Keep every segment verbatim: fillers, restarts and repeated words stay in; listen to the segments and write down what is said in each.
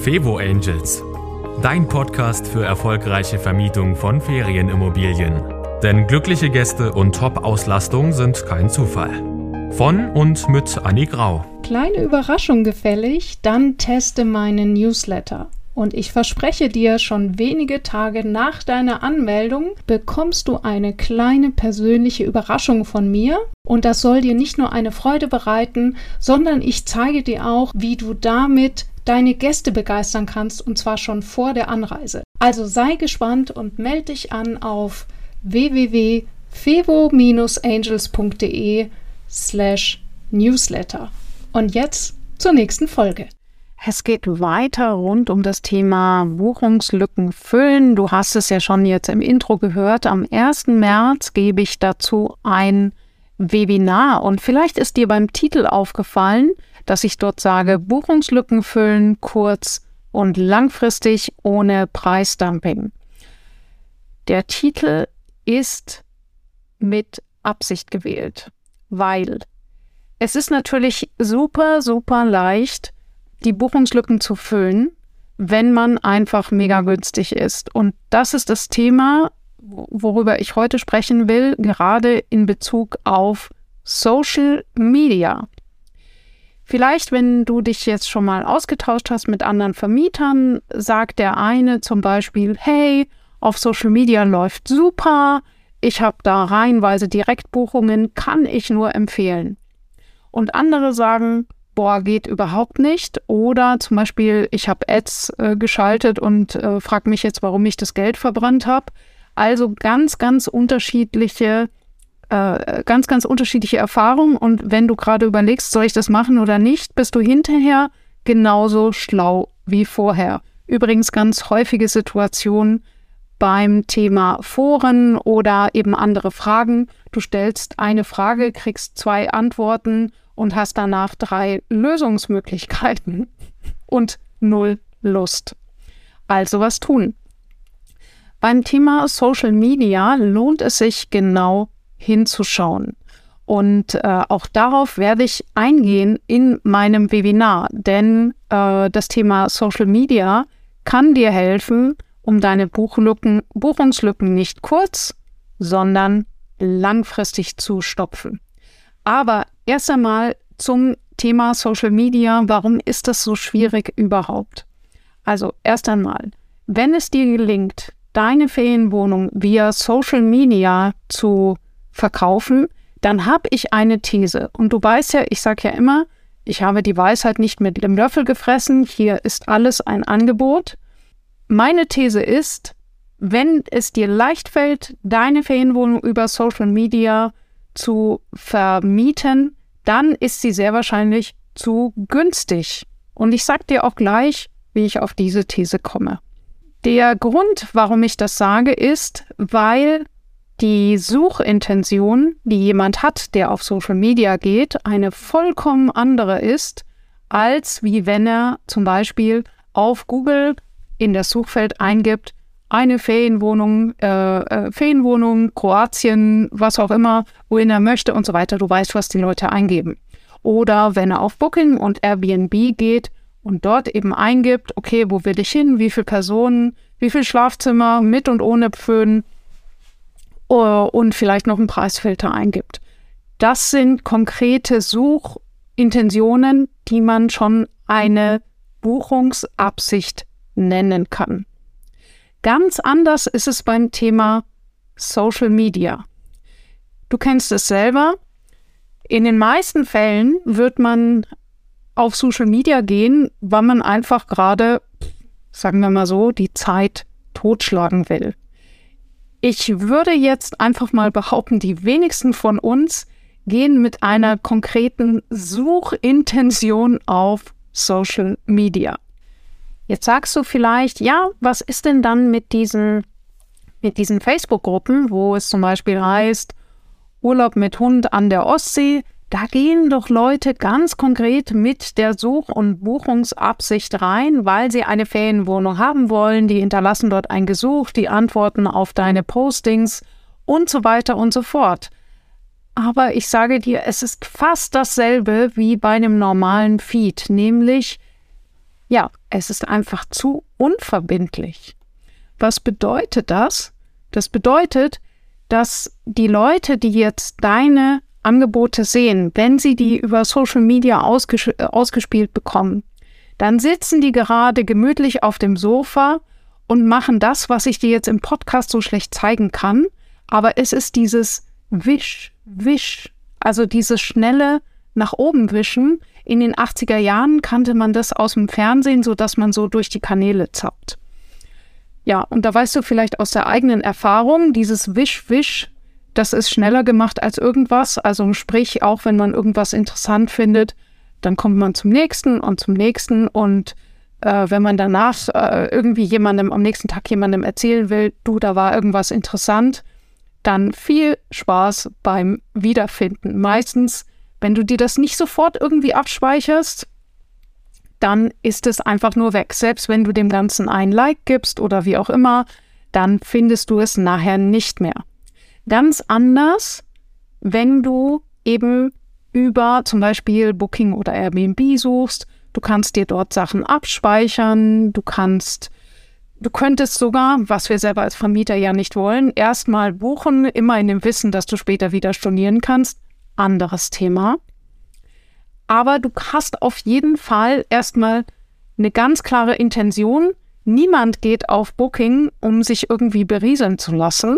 Fevo Angels, dein Podcast für erfolgreiche Vermietung von Ferienimmobilien. Denn glückliche Gäste und Top-Auslastung sind kein Zufall. Von und mit Anni Grau. Kleine Überraschung gefällig, dann teste meinen Newsletter. Und ich verspreche dir, schon wenige Tage nach deiner Anmeldung bekommst du eine kleine persönliche Überraschung von mir. Und das soll dir nicht nur eine Freude bereiten, sondern ich zeige dir auch, wie du damit deine Gäste begeistern kannst, und zwar schon vor der Anreise. Also sei gespannt und melde dich an auf w w w punkt fevo angels punkt de slash newsletter. Und jetzt zur nächsten Folge. Es geht weiter rund um das Thema Buchungslücken füllen. Du hast es ja schon jetzt im Intro gehört. Am ersten März gebe ich dazu ein Webinar. Und vielleicht ist dir beim Titel aufgefallen, dass ich dort sage, Buchungslücken füllen, kurz und langfristig ohne Preisdumping. Der Titel ist mit Absicht gewählt, weil es ist natürlich super, super leicht, die Buchungslücken zu füllen, wenn man einfach mega günstig ist. Und das ist das Thema, worüber ich heute sprechen will, gerade in Bezug auf Social Media. Vielleicht, wenn du dich jetzt schon mal ausgetauscht hast mit anderen Vermietern, sagt der eine zum Beispiel, hey, auf Social Media läuft super, ich habe da reihenweise Direktbuchungen, kann ich nur empfehlen. Und andere sagen, boah, geht überhaupt nicht. Oder zum Beispiel, ich habe Ads äh, geschaltet und äh, frage mich jetzt, warum ich das Geld verbrannt habe. Also ganz, ganz unterschiedliche, äh, ganz, ganz unterschiedliche Erfahrungen. Und wenn du gerade überlegst, soll ich das machen oder nicht, bist du hinterher genauso schlau wie vorher. Übrigens ganz häufige Situation beim Thema Foren oder eben andere Fragen. Du stellst eine Frage, kriegst zwei Antworten und hast danach drei Lösungsmöglichkeiten und null Lust. Also was tun? Beim Thema Social Media lohnt es sich genau hinzuschauen. Und äh, auch darauf werde ich eingehen in meinem Webinar, denn äh, das Thema Social Media kann dir helfen, um deine Buchlücken, Buchungslücken nicht kurz, sondern langfristig zu stopfen. Aber erst einmal zum Thema Social Media. Warum ist das so schwierig überhaupt? Also erst einmal, wenn es dir gelingt, deine Ferienwohnung via Social Media zu verkaufen, dann habe ich eine These. Und du weißt ja, ich sage ja immer, ich habe die Weisheit nicht mit dem Löffel gefressen. Hier ist alles ein Angebot. Meine These ist, wenn es dir leicht fällt, deine Ferienwohnung über Social Media zu vermieten, dann ist sie sehr wahrscheinlich zu günstig. Und ich sage dir auch gleich, wie ich auf diese These komme. Der Grund, warum ich das sage, ist, weil die Suchintention, die jemand hat, der auf Social Media geht, eine vollkommen andere ist, als wie wenn er zum Beispiel auf Google in das Suchfeld eingibt, eine Ferienwohnung, äh, äh, Ferienwohnung, Kroatien, was auch immer, wohin er möchte und so weiter. Du weißt, was die Leute eingeben. Oder wenn er auf Booking und Airbnb geht und dort eben eingibt, okay, wo will ich hin, wie viele Personen, wie viele Schlafzimmer mit und ohne Föhn uh, und vielleicht noch einen Preisfilter eingibt. Das sind konkrete Suchintentionen, die man schon eine Buchungsabsicht nennen kann. Ganz anders ist es beim Thema Social Media. Du kennst es selber. In den meisten Fällen wird man auf Social Media gehen, weil man einfach gerade, sagen wir mal so, die Zeit totschlagen will. Ich würde jetzt einfach mal behaupten, die wenigsten von uns gehen mit einer konkreten Suchintention auf Social Media. Jetzt sagst du vielleicht, ja, was ist denn dann mit diesen, mit diesen Facebook-Gruppen, wo es zum Beispiel heißt, Urlaub mit Hund an der Ostsee, da gehen doch Leute ganz konkret mit der Such- und Buchungsabsicht rein, weil sie eine Ferienwohnung haben wollen, die hinterlassen dort ein Gesuch, die antworten auf deine Postings und so weiter und so fort. Aber ich sage dir, es ist fast dasselbe wie bei einem normalen Feed, nämlich Ja, es ist einfach zu unverbindlich. Was bedeutet das? Das bedeutet, dass die Leute, die jetzt deine Angebote sehen, wenn sie die über Social Media ausges- ausgespielt bekommen, dann sitzen die gerade gemütlich auf dem Sofa und machen das, was ich dir jetzt im Podcast so schlecht zeigen kann. Aber es ist dieses Wisch, Wisch, also dieses schnelle nach oben wischen. In den achtziger Jahren kannte man das aus dem Fernsehen, sodass man so durch die Kanäle zappt. Ja, und da weißt du vielleicht aus der eigenen Erfahrung, dieses Wisch, Wisch, das ist schneller gemacht als irgendwas. Also sprich, auch wenn man irgendwas interessant findet, dann kommt man zum nächsten und zum nächsten. Und äh, wenn man danach äh, irgendwie jemandem, am nächsten Tag jemandem erzählen will, du, da war irgendwas interessant, dann viel Spaß beim Wiederfinden. Meistens, wenn du dir das nicht sofort irgendwie abspeicherst, dann ist es einfach nur weg. Selbst wenn du dem Ganzen ein Like gibst oder wie auch immer, dann findest du es nachher nicht mehr. Ganz anders, wenn du eben über zum Beispiel Booking oder Airbnb suchst. Du kannst dir dort Sachen abspeichern, du kannst, du könntest sogar, was wir selber als Vermieter ja nicht wollen, erstmal buchen, immer in dem Wissen, dass du später wieder stornieren kannst. Anderes Thema. Aber du hast auf jeden Fall erstmal eine ganz klare Intention. Niemand geht auf Booking, um sich irgendwie berieseln zu lassen.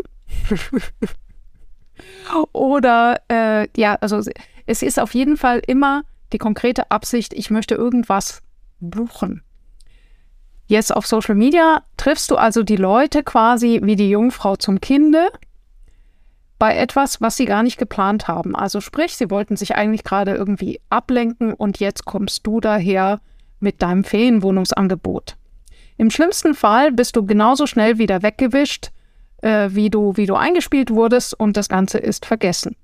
Oder, äh, ja, also es ist auf jeden Fall immer die konkrete Absicht, ich möchte irgendwas buchen. Jetzt auf Social Media triffst du also die Leute quasi wie die Jungfrau zum Kinde bei etwas, was sie gar nicht geplant haben. Also sprich, sie wollten sich eigentlich gerade irgendwie ablenken und jetzt kommst du daher mit deinem Ferienwohnungsangebot. Im schlimmsten Fall bist du genauso schnell wieder weggewischt, äh, wie du, wie du eingespielt wurdest und das Ganze ist vergessen.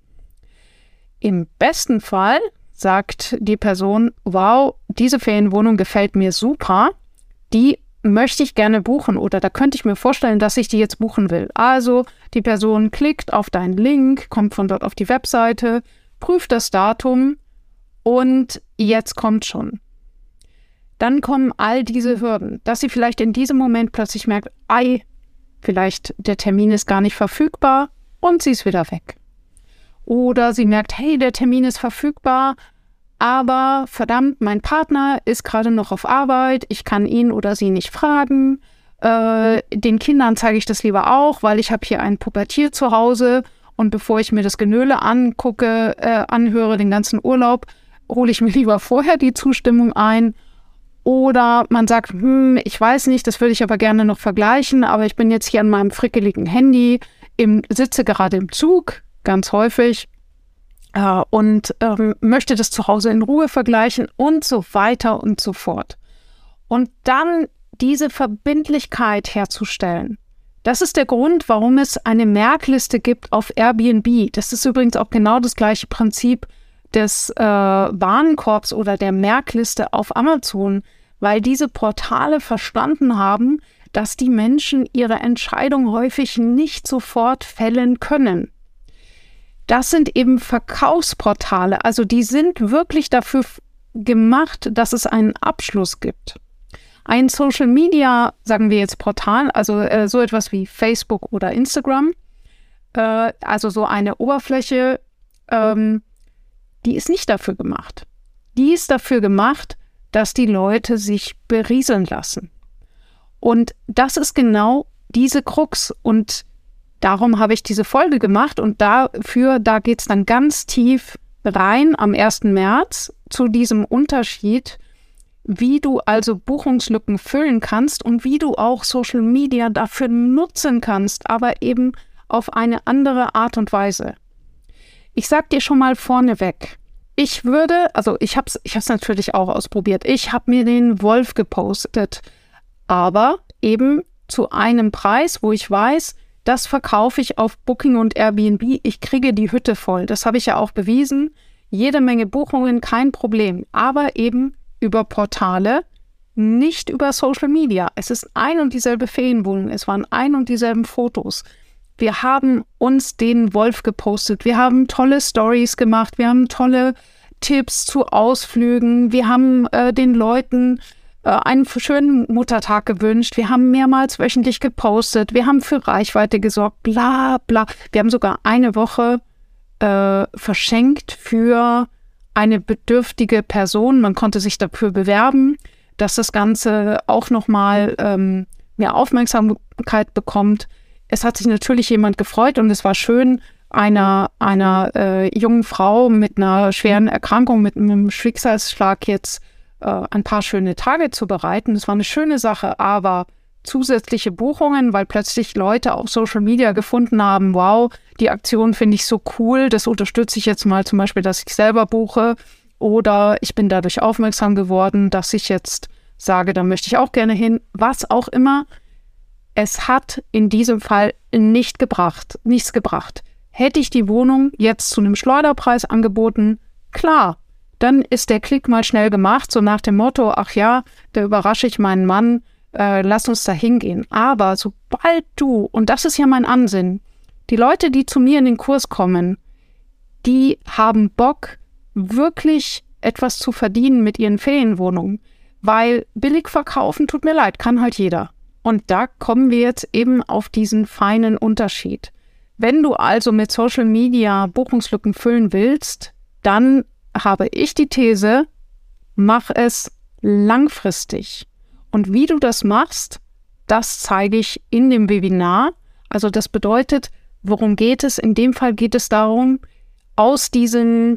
Im besten Fall sagt die Person, wow, diese Ferienwohnung gefällt mir super, die möchte ich gerne buchen oder da könnte ich mir vorstellen, dass ich die jetzt buchen will. Also die Person klickt auf deinen Link, kommt von dort auf die Webseite, prüft das Datum und jetzt kommt schon. Dann kommen all diese Hürden, dass sie vielleicht in diesem Moment plötzlich merkt, ei, vielleicht der Termin ist gar nicht verfügbar und sie ist wieder weg. Oder sie merkt, hey, der Termin ist verfügbar, aber verdammt, mein Partner ist gerade noch auf Arbeit, ich kann ihn oder sie nicht fragen. Äh, den Kindern zeige ich das lieber auch, weil ich habe hier ein Pubertier zu Hause und bevor ich mir das Genöle angucke, äh, anhöre, den ganzen Urlaub, hole ich mir lieber vorher die Zustimmung ein. Oder man sagt, hm, ich weiß nicht, das würde ich aber gerne noch vergleichen, aber ich bin jetzt hier an meinem frickeligen Handy, im, sitze gerade im Zug, ganz häufig, äh, und ähm, möchte das zu Hause in Ruhe vergleichen und so weiter und so fort. Und dann diese Verbindlichkeit herzustellen. Das ist der Grund, warum es eine Merkliste gibt auf Airbnb. Das ist übrigens auch genau das gleiche Prinzip des äh, Warenkorbs oder der Merkliste auf Amazon, weil diese Portale verstanden haben, dass die Menschen ihre Entscheidung häufig nicht sofort fällen können. Das sind eben Verkaufsportale, also die sind wirklich dafür gemacht, dass es einen Abschluss gibt. Ein Social Media, sagen wir jetzt Portal, also äh, so etwas wie Facebook oder Instagram, äh, also so eine Oberfläche, ähm, die ist nicht dafür gemacht. Die ist dafür gemacht, dass die Leute sich berieseln lassen. Und das ist genau diese Krux. Und darum habe ich diese Folge gemacht. Und dafür, da geht es dann ganz tief rein am ersten März zu diesem Unterschied, wie du also Buchungslücken füllen kannst und wie du auch Social Media dafür nutzen kannst, aber eben auf eine andere Art und Weise. Ich sag dir schon mal vorneweg, ich würde, also ich habe es ich hab's natürlich auch ausprobiert, ich habe mir den Wolf gepostet, aber eben zu einem Preis, wo ich weiß, das verkaufe ich auf Booking und Airbnb, ich kriege die Hütte voll. Das habe ich ja auch bewiesen, jede Menge Buchungen, kein Problem, aber eben über Portale, nicht über Social Media. Es ist ein und dieselbe Ferienwohnung, es waren ein und dieselben Fotos. Wir haben uns den Wolf gepostet, wir haben tolle Stories gemacht, wir haben tolle Tipps zu Ausflügen, wir haben äh, den Leuten äh, einen schönen Muttertag gewünscht, wir haben mehrmals wöchentlich gepostet, wir haben für Reichweite gesorgt, bla bla. Wir haben sogar eine Woche äh, verschenkt für eine bedürftige Person. Man konnte sich dafür bewerben, dass das Ganze auch nochmal ähm, mehr Aufmerksamkeit bekommt. Es hat sich natürlich jemand gefreut und es war schön, einer, einer äh, jungen Frau mit einer schweren Erkrankung, mit einem Schicksalsschlag jetzt äh, ein paar schöne Tage zu bereiten. Das war eine schöne Sache, aber zusätzliche Buchungen, weil plötzlich Leute auf Social Media gefunden haben, wow, die Aktion finde ich so cool, das unterstütze ich jetzt mal zum Beispiel, dass ich selber buche, oder ich bin dadurch aufmerksam geworden, dass ich jetzt sage, da möchte ich auch gerne hin, was auch immer. Es hat in diesem Fall nicht gebracht, nichts gebracht. Hätte ich die Wohnung jetzt zu einem Schleuderpreis angeboten, klar, dann ist der Klick mal schnell gemacht, so nach dem Motto, ach ja, da überrasche ich meinen Mann, äh, lass uns da hingehen. Aber sobald du, und das ist ja mein Ansinnen, die Leute, die zu mir in den Kurs kommen, die haben Bock, wirklich etwas zu verdienen mit ihren Ferienwohnungen, weil billig verkaufen, tut mir leid, kann halt jeder. Und da kommen wir jetzt eben auf diesen feinen Unterschied. Wenn du also mit Social Media Buchungslücken füllen willst, dann habe ich die These, mach es langfristig. Und wie du das machst, das zeige ich in dem Webinar. Also das bedeutet, worum geht es? In dem Fall geht es darum, aus diesen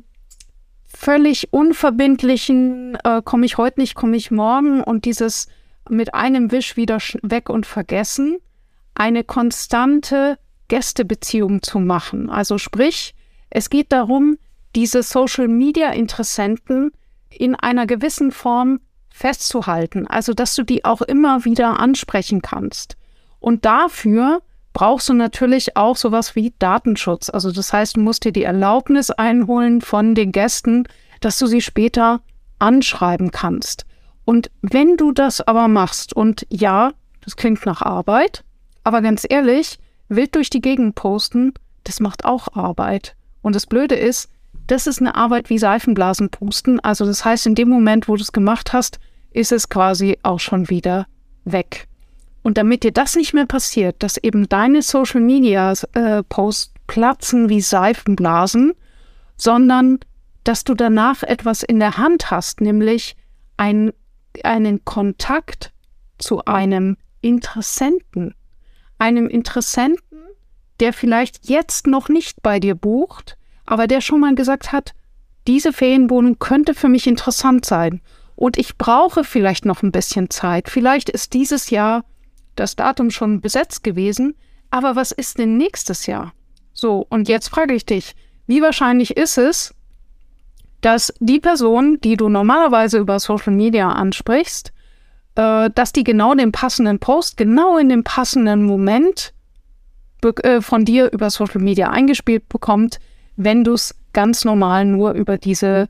völlig unverbindlichen, äh, komme ich heute nicht, komme ich morgen und dieses mit einem Wisch wieder weg und vergessen, eine konstante Gästebeziehung zu machen. Also sprich, es geht darum, diese Social-Media-Interessenten in einer gewissen Form festzuhalten, also dass du die auch immer wieder ansprechen kannst. Und dafür brauchst du natürlich auch sowas wie Datenschutz. Also das heißt, du musst dir die Erlaubnis einholen von den Gästen, dass du sie später anschreiben kannst. Und wenn du das aber machst, und ja, das klingt nach Arbeit, aber ganz ehrlich, wild durch die Gegend posten, das macht auch Arbeit. Und das Blöde ist, das ist eine Arbeit wie Seifenblasen pusten. Also das heißt, in dem Moment, wo du es gemacht hast, ist es quasi auch schon wieder weg. Und damit dir das nicht mehr passiert, dass eben deine Social-Media-Posts äh, platzen wie Seifenblasen, sondern dass du danach etwas in der Hand hast, nämlich ein, einen Kontakt zu einem Interessenten. Einem Interessenten, der vielleicht jetzt noch nicht bei dir bucht, aber der schon mal gesagt hat, diese Ferienwohnung könnte für mich interessant sein und ich brauche vielleicht noch ein bisschen Zeit. Vielleicht ist dieses Jahr das Datum schon besetzt gewesen, aber was ist denn nächstes Jahr? So, und jetzt frage ich dich, wie wahrscheinlich ist es, dass die Person, die du normalerweise über Social Media ansprichst, äh, dass die genau den passenden Post, genau in dem passenden Moment be- äh, von dir über Social Media eingespielt bekommt, wenn du es ganz normal nur über diese,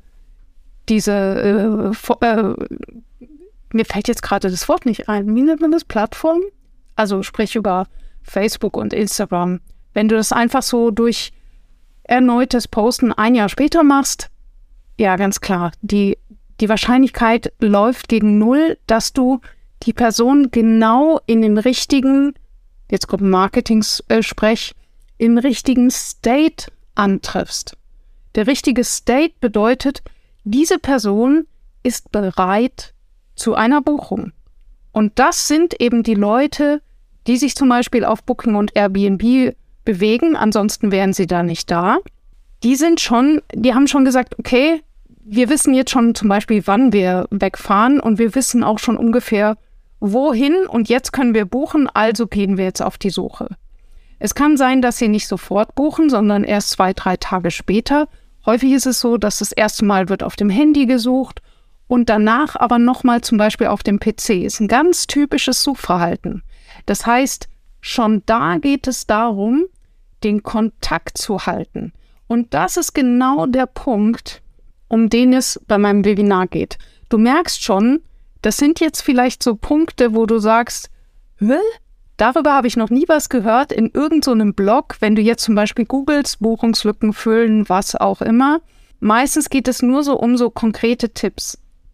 diese äh, äh, mir fällt jetzt gerade das Wort nicht ein. Wie nennt man das? Plattform? Also sprich über Facebook und Instagram. Wenn du das einfach so durch erneutes Posten ein Jahr später machst, ja, ganz klar, die, die Wahrscheinlichkeit läuft gegen null, dass du die Person genau in den richtigen, jetzt kommt Marketing-Sprech, im richtigen State antriffst. Der richtige State bedeutet, diese Person ist bereit zu einer Buchung. Und das sind eben die Leute, die sich zum Beispiel auf Booking und Airbnb bewegen, ansonsten wären sie da nicht da. Die sind schon, die haben schon gesagt, okay, wir wissen jetzt schon zum Beispiel, wann wir wegfahren und wir wissen auch schon ungefähr, wohin und jetzt können wir buchen, also gehen wir jetzt auf die Suche. Es kann sein, dass sie nicht sofort buchen, sondern erst zwei, drei Tage später. Häufig ist es so, dass das erste Mal wird auf dem Handy gesucht und danach aber nochmal zum Beispiel auf dem P C. Ist ein ganz typisches Suchverhalten. Das heißt, schon da geht es darum, den Kontakt zu halten. Und das ist genau der Punkt, um den es bei meinem Webinar geht. Du merkst schon, das sind jetzt vielleicht so Punkte, wo du sagst, Hä? Darüber habe ich noch nie was gehört in irgendeinem so Blog, wenn du jetzt zum Beispiel googelst, Buchungslücken füllen, was auch immer. Meistens geht es nur so um so konkrete Tipps.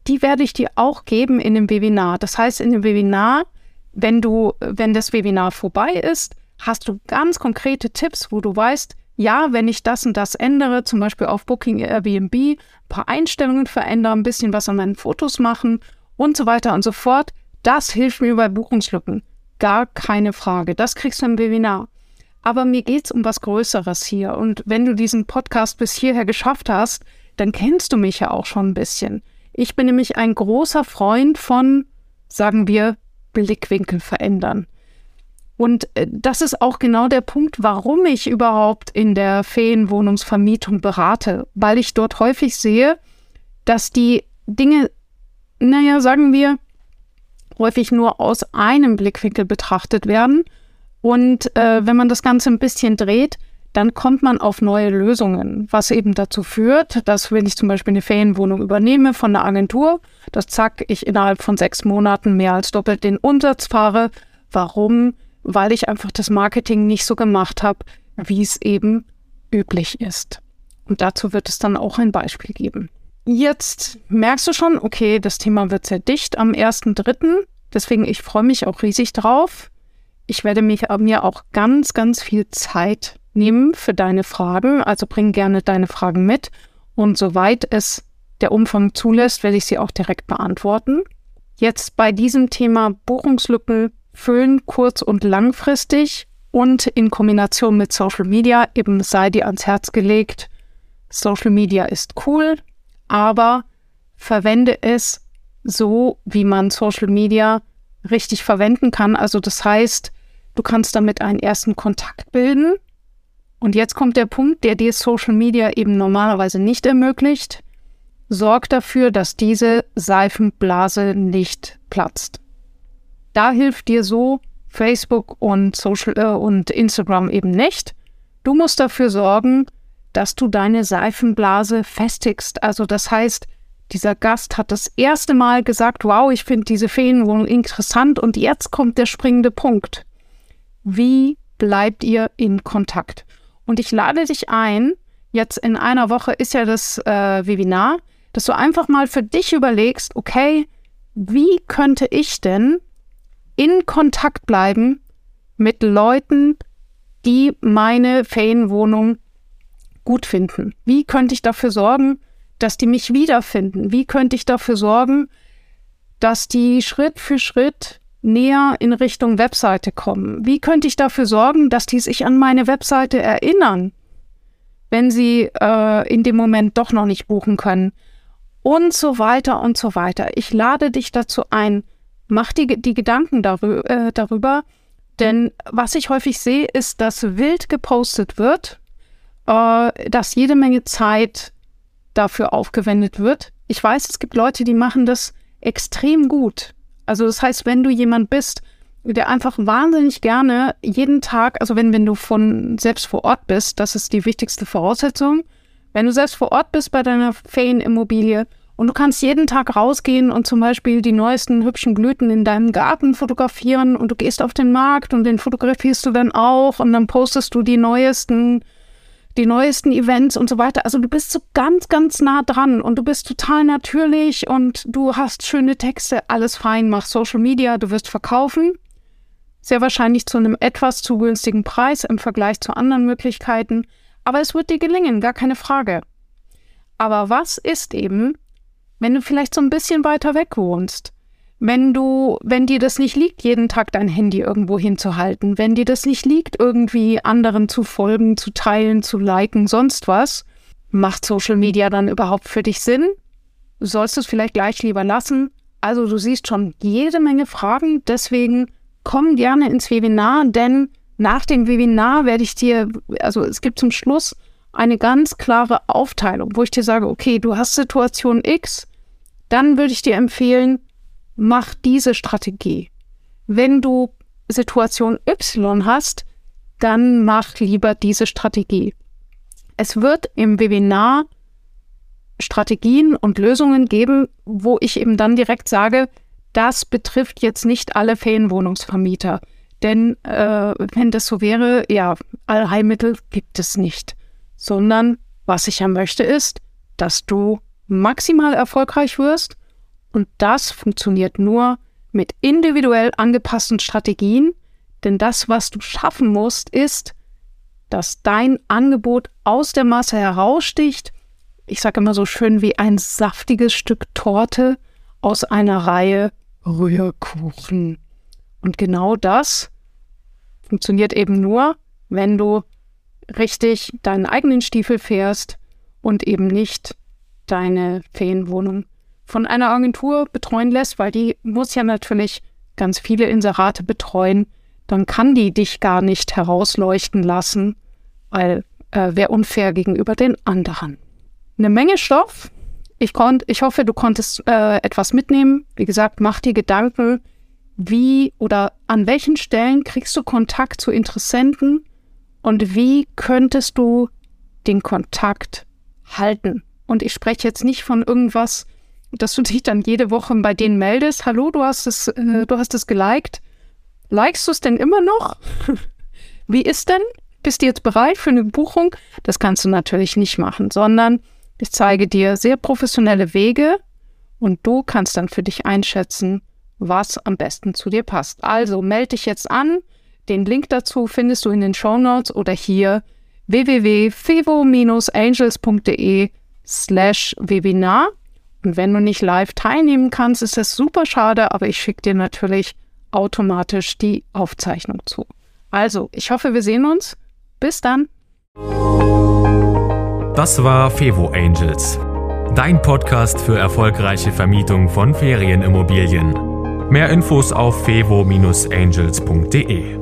die werde ich dir auch geben in dem Webinar. Das heißt, in dem Webinar, wenn du, wenn das Webinar vorbei ist, hast du ganz konkrete Tipps, wo du weißt, ja, wenn ich das und das ändere, zum Beispiel auf Booking Airbnb, ein paar Einstellungen verändern, ein bisschen was an meinen Fotos machen und so weiter und so fort, das hilft mir bei Buchungslücken. Gar keine Frage. Das kriegst du im Webinar. Aber mir geht es um was Größeres hier. Und wenn du diesen Podcast bis hierher geschafft hast, dann kennst du mich ja auch schon ein bisschen. Ich bin nämlich ein großer Freund von, sagen wir, Blickwinkel verändern. Und das ist auch genau der Punkt, warum ich überhaupt in der Ferienwohnungsvermietung berate. Weil ich dort häufig sehe, dass die Dinge, naja, sagen wir, häufig nur aus einem Blickwinkel betrachtet werden. Und äh, wenn man das Ganze ein bisschen dreht, dann kommt man auf neue Lösungen, was eben dazu führt, dass wenn ich zum Beispiel eine Ferienwohnung übernehme von einer Agentur, dass zack, ich innerhalb von sechs Monaten mehr als doppelt den Umsatz fahre. Warum? Weil ich einfach das Marketing nicht so gemacht habe, wie es eben üblich ist. Und dazu wird es dann auch ein Beispiel geben. Jetzt merkst du schon, okay, das Thema wird sehr dicht am ersten dritten Deswegen, ich freue mich auch riesig drauf. Ich werde mich, mir auch ganz, ganz viel Zeit nehmen für deine Fragen. Also bring gerne deine Fragen mit. Und soweit es der Umfang zulässt, werde ich sie auch direkt beantworten. Jetzt bei diesem Thema Buchungslücken füllen, kurz- und langfristig und in Kombination mit Social Media, eben sei dir ans Herz gelegt, Social Media ist cool, aber verwende es so, wie man Social Media richtig verwenden kann. Also das heißt, du kannst damit einen ersten Kontakt bilden. Und jetzt kommt der Punkt, der dir Social Media eben normalerweise nicht ermöglicht. Sorg dafür, dass diese Seifenblase nicht platzt. Da hilft dir so Facebook und Social äh, und Instagram eben nicht. Du musst dafür sorgen, dass du deine Seifenblase festigst. Also das heißt, dieser Gast hat das erste Mal gesagt, wow, ich finde diese Ferienwohnung interessant und jetzt kommt der springende Punkt. Wie bleibt ihr in Kontakt? Und ich lade dich ein, jetzt in einer Woche ist ja das äh, Webinar, dass du einfach mal für dich überlegst, okay, wie könnte ich denn in Kontakt bleiben mit Leuten, die meine Ferienwohnung gut finden? Wie könnte ich dafür sorgen, dass die mich wiederfinden? Wie könnte ich dafür sorgen, dass die Schritt für Schritt näher in Richtung Webseite kommen? Wie könnte ich dafür sorgen, dass die sich an meine Webseite erinnern, wenn sie äh, in dem Moment doch noch nicht buchen können? Und so weiter und so weiter. Ich lade dich dazu ein, mach die, die Gedanken darü- äh, darüber, denn was ich häufig sehe, ist, dass wild gepostet wird, äh, dass jede Menge Zeit dafür aufgewendet wird. Ich weiß, es gibt Leute, die machen das extrem gut. Also das heißt, wenn du jemand bist, der einfach wahnsinnig gerne jeden Tag, also wenn, wenn du von selbst vor Ort bist, das ist die wichtigste Voraussetzung, wenn du selbst vor Ort bist bei deiner Ferienimmobilie und du kannst jeden Tag rausgehen und zum Beispiel die neuesten hübschen Blüten in deinem Garten fotografieren und du gehst auf den Markt und den fotografierst du dann auch und dann postest du die neuesten die neuesten Events und so weiter. Also du bist so ganz, ganz nah dran und du bist total natürlich und du hast schöne Texte, alles fein, mach Social Media, du wirst verkaufen. Sehr wahrscheinlich zu einem etwas zu günstigen Preis im Vergleich zu anderen Möglichkeiten. Aber es wird dir gelingen, gar keine Frage. Aber was ist eben, wenn du vielleicht so ein bisschen weiter weg wohnst? Wenn du, wenn dir das nicht liegt, jeden Tag dein Handy irgendwo hinzuhalten, wenn dir das nicht liegt, irgendwie anderen zu folgen, zu teilen, zu liken, sonst was, macht Social Media dann überhaupt für dich Sinn? Sollst du es vielleicht gleich lieber lassen? Also du siehst schon jede Menge Fragen, deswegen komm gerne ins Webinar, denn nach dem Webinar werde ich dir, also es gibt zum Schluss eine ganz klare Aufteilung, wo ich dir sage, okay, du hast Situation X, dann würde ich dir empfehlen, mach diese Strategie. Wenn du Situation Y hast, dann mach lieber diese Strategie. Es wird im Webinar Strategien und Lösungen geben, wo ich eben dann direkt sage, das betrifft jetzt nicht alle Ferienwohnungsvermieter. Denn äh, wenn das so wäre, ja, Allheilmittel gibt es nicht. Sondern was ich ja möchte ist, dass du maximal erfolgreich wirst Und das funktioniert nur mit individuell angepassten Strategien, denn das, was du schaffen musst, ist, dass dein Angebot aus der Masse heraussticht. Ich sage immer so schön wie ein saftiges Stück Torte aus einer Reihe Rührkuchen. Und genau das funktioniert eben nur, wenn du richtig deinen eigenen Stiefel fährst und eben nicht deine Ferienwohnung von einer Agentur betreuen lässt, weil die muss ja natürlich ganz viele Inserate betreuen. Dann kann die dich gar nicht herausleuchten lassen, weil äh, wäre unfair gegenüber den anderen. Eine Menge Stoff. Ich, konnt, ich hoffe, du konntest äh, etwas mitnehmen. Wie gesagt, mach dir Gedanken, wie oder an welchen Stellen kriegst du Kontakt zu Interessenten und wie könntest du den Kontakt halten. Und ich spreche jetzt nicht von irgendwas, dass du dich dann jede Woche bei denen meldest. Hallo, du hast es, äh, du hast es geliked. Likest du es denn immer noch? Wie ist denn? Bist du jetzt bereit für eine Buchung? Das kannst du natürlich nicht machen, sondern ich zeige dir sehr professionelle Wege und du kannst dann für dich einschätzen, was am besten zu dir passt. Also melde dich jetzt an. Den Link dazu findest du in den Shownotes oder hier w w w punkt fevo dash angels punkt de slash Webinar. Und wenn du nicht live teilnehmen kannst, ist das super schade, aber ich schicke dir natürlich automatisch die Aufzeichnung zu. Also, ich hoffe, wir sehen uns. Bis dann. Das war Fevo Angels, dein Podcast für erfolgreiche Vermietung von Ferienimmobilien. Mehr Infos auf fevo dash angels punkt de.